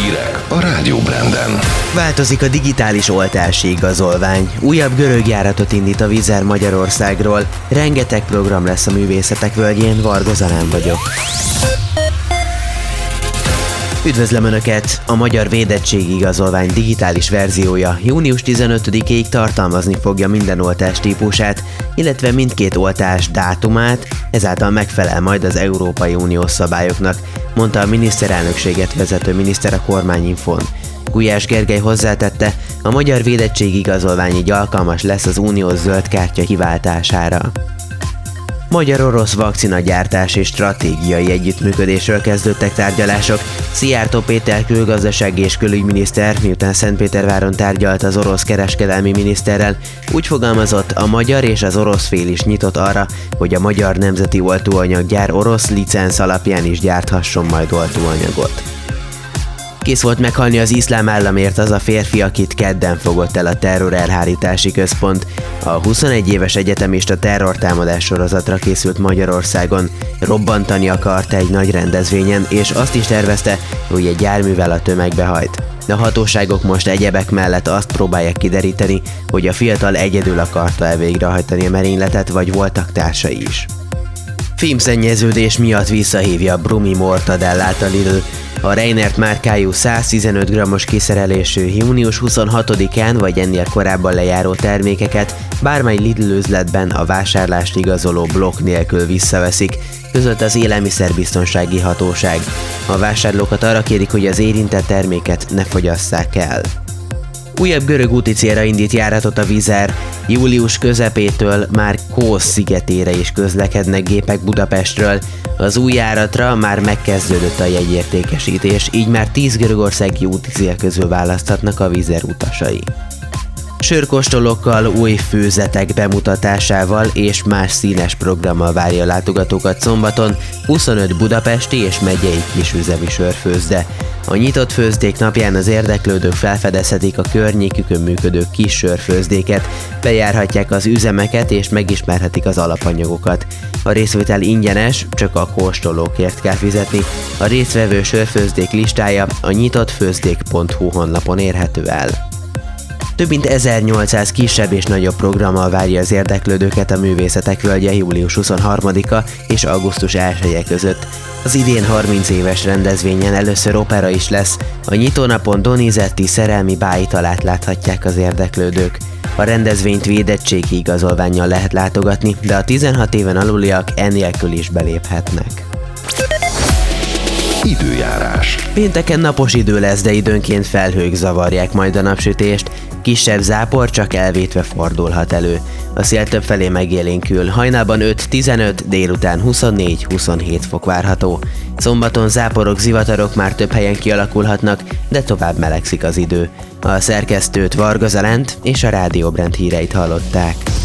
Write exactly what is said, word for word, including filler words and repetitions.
Hírek a Rádió Branden. Változik a digitális oltási igazolvány. Újabb görög járatot indít a Wizz Air Magyarországról. Rengeteg program lesz a művészetek völgyén, Varga Zalán vagyok. Üdvözlöm Önöket! A magyar védettségi igazolvány digitális verziója június tizenötödikéig tartalmazni fogja minden oltás típusát, illetve mindkét oltás dátumát, ezáltal megfelel majd az Európai Uniós szabályoknak, mondta a miniszterelnökséget vezető miniszter a Kormányinfón. Gulyás Gergely hozzátette, a magyar védettségi igazolvány így alkalmas lesz az uniós zöld kártya kiváltására. Magyar-orosz vakcinagyártás és stratégiai együttműködésről kezdődtek tárgyalások. Szijjártó Péter külgazdasági és külügyminiszter, miután Szentpéterváron tárgyalt az orosz kereskedelmi miniszterrel, úgy fogalmazott, a magyar és az orosz fél is nyitott arra, hogy a Magyar Nemzeti Oltóanyaggyár orosz licenc alapján is gyárthasson majd oltóanyagot. Kész volt meghalni az Iszlám Államért az a férfi, akit kedden fogott el a terrorelhárítási központ. A huszonegy éves egyetemista terrortámadás sorozatra készült Magyarországon. Robbantani akart egy nagy rendezvényen, és azt is tervezte, hogy egy járművel a tömegbe hajt. A hatóságok most egyebek mellett azt próbálják kideríteni, hogy a fiatal egyedül akarta el végrehajtani a merényletet, vagy voltak társai is. Fémszennyeződés miatt visszahívja Brumi mortadellát a Lidl. A Reinert márkájú száztizenöt grammos kiszerelésű június huszonhatodikán vagy ennél korábban lejáró termékeket bármely Lidl üzletben a vásárlást igazoló blokk nélkül visszaveszik, közölt az Élelmiszerbiztonsági Hatóság. A vásárlókat arra kérik, hogy az érintett terméket ne fogyasszák el. Újabb görög úti célra indít járatot a Wizz Air. Július közepétől már Kósz szigetére is közlekednek gépek Budapestről. Az új járatra már megkezdődött a jegyértékesítés, így már tíz görögországi úti cél közül választhatnak a Wizz Air utasai. Sörkóstolókkal, új főzetek bemutatásával és más színes programmal várja a látogatókat szombaton huszonöt budapesti és megyei kisüzemi sörfőzde. A nyitott főzdék napján az érdeklődők felfedezhetik a környékükön működő kis sörfőzdéket, bejárhatják az üzemeket és megismerhetik az alapanyagokat. A részvétel ingyenes, csak a kóstolókért kell fizetni. A résztvevő sörfőzdék listája a nyitottfőzdék pont hu honlapon érhető el. Több mint ezernyolcszáz kisebb és nagyobb programmal várja az érdeklődőket a Művészetek Völgye július huszonharmadika és augusztus elseje között. Az idén harminc éves rendezvényen először opera is lesz, a nyitónapon Donizetti Szerelmi bájitalát láthatják az érdeklődők. A rendezvényt védettségi igazolvánnyal lehet látogatni, de a tizenhat éven aluliak enélkül is beléphetnek. Időjárás. Pénteken napos idő lesz, de időnként felhők zavarják majd a napsütést. Kisebb zápor csak elvétve fordulhat elő. A szél többfelé megélénkül, hajnalban öt-tizenöt, délután huszonnégy-huszonhét fok várható. Szombaton záporok, zivatarok már több helyen kialakulhatnak, de tovább melegszik az idő. A szerkesztőt, Varga Zalánt és a Rádió Brand híreit hallották.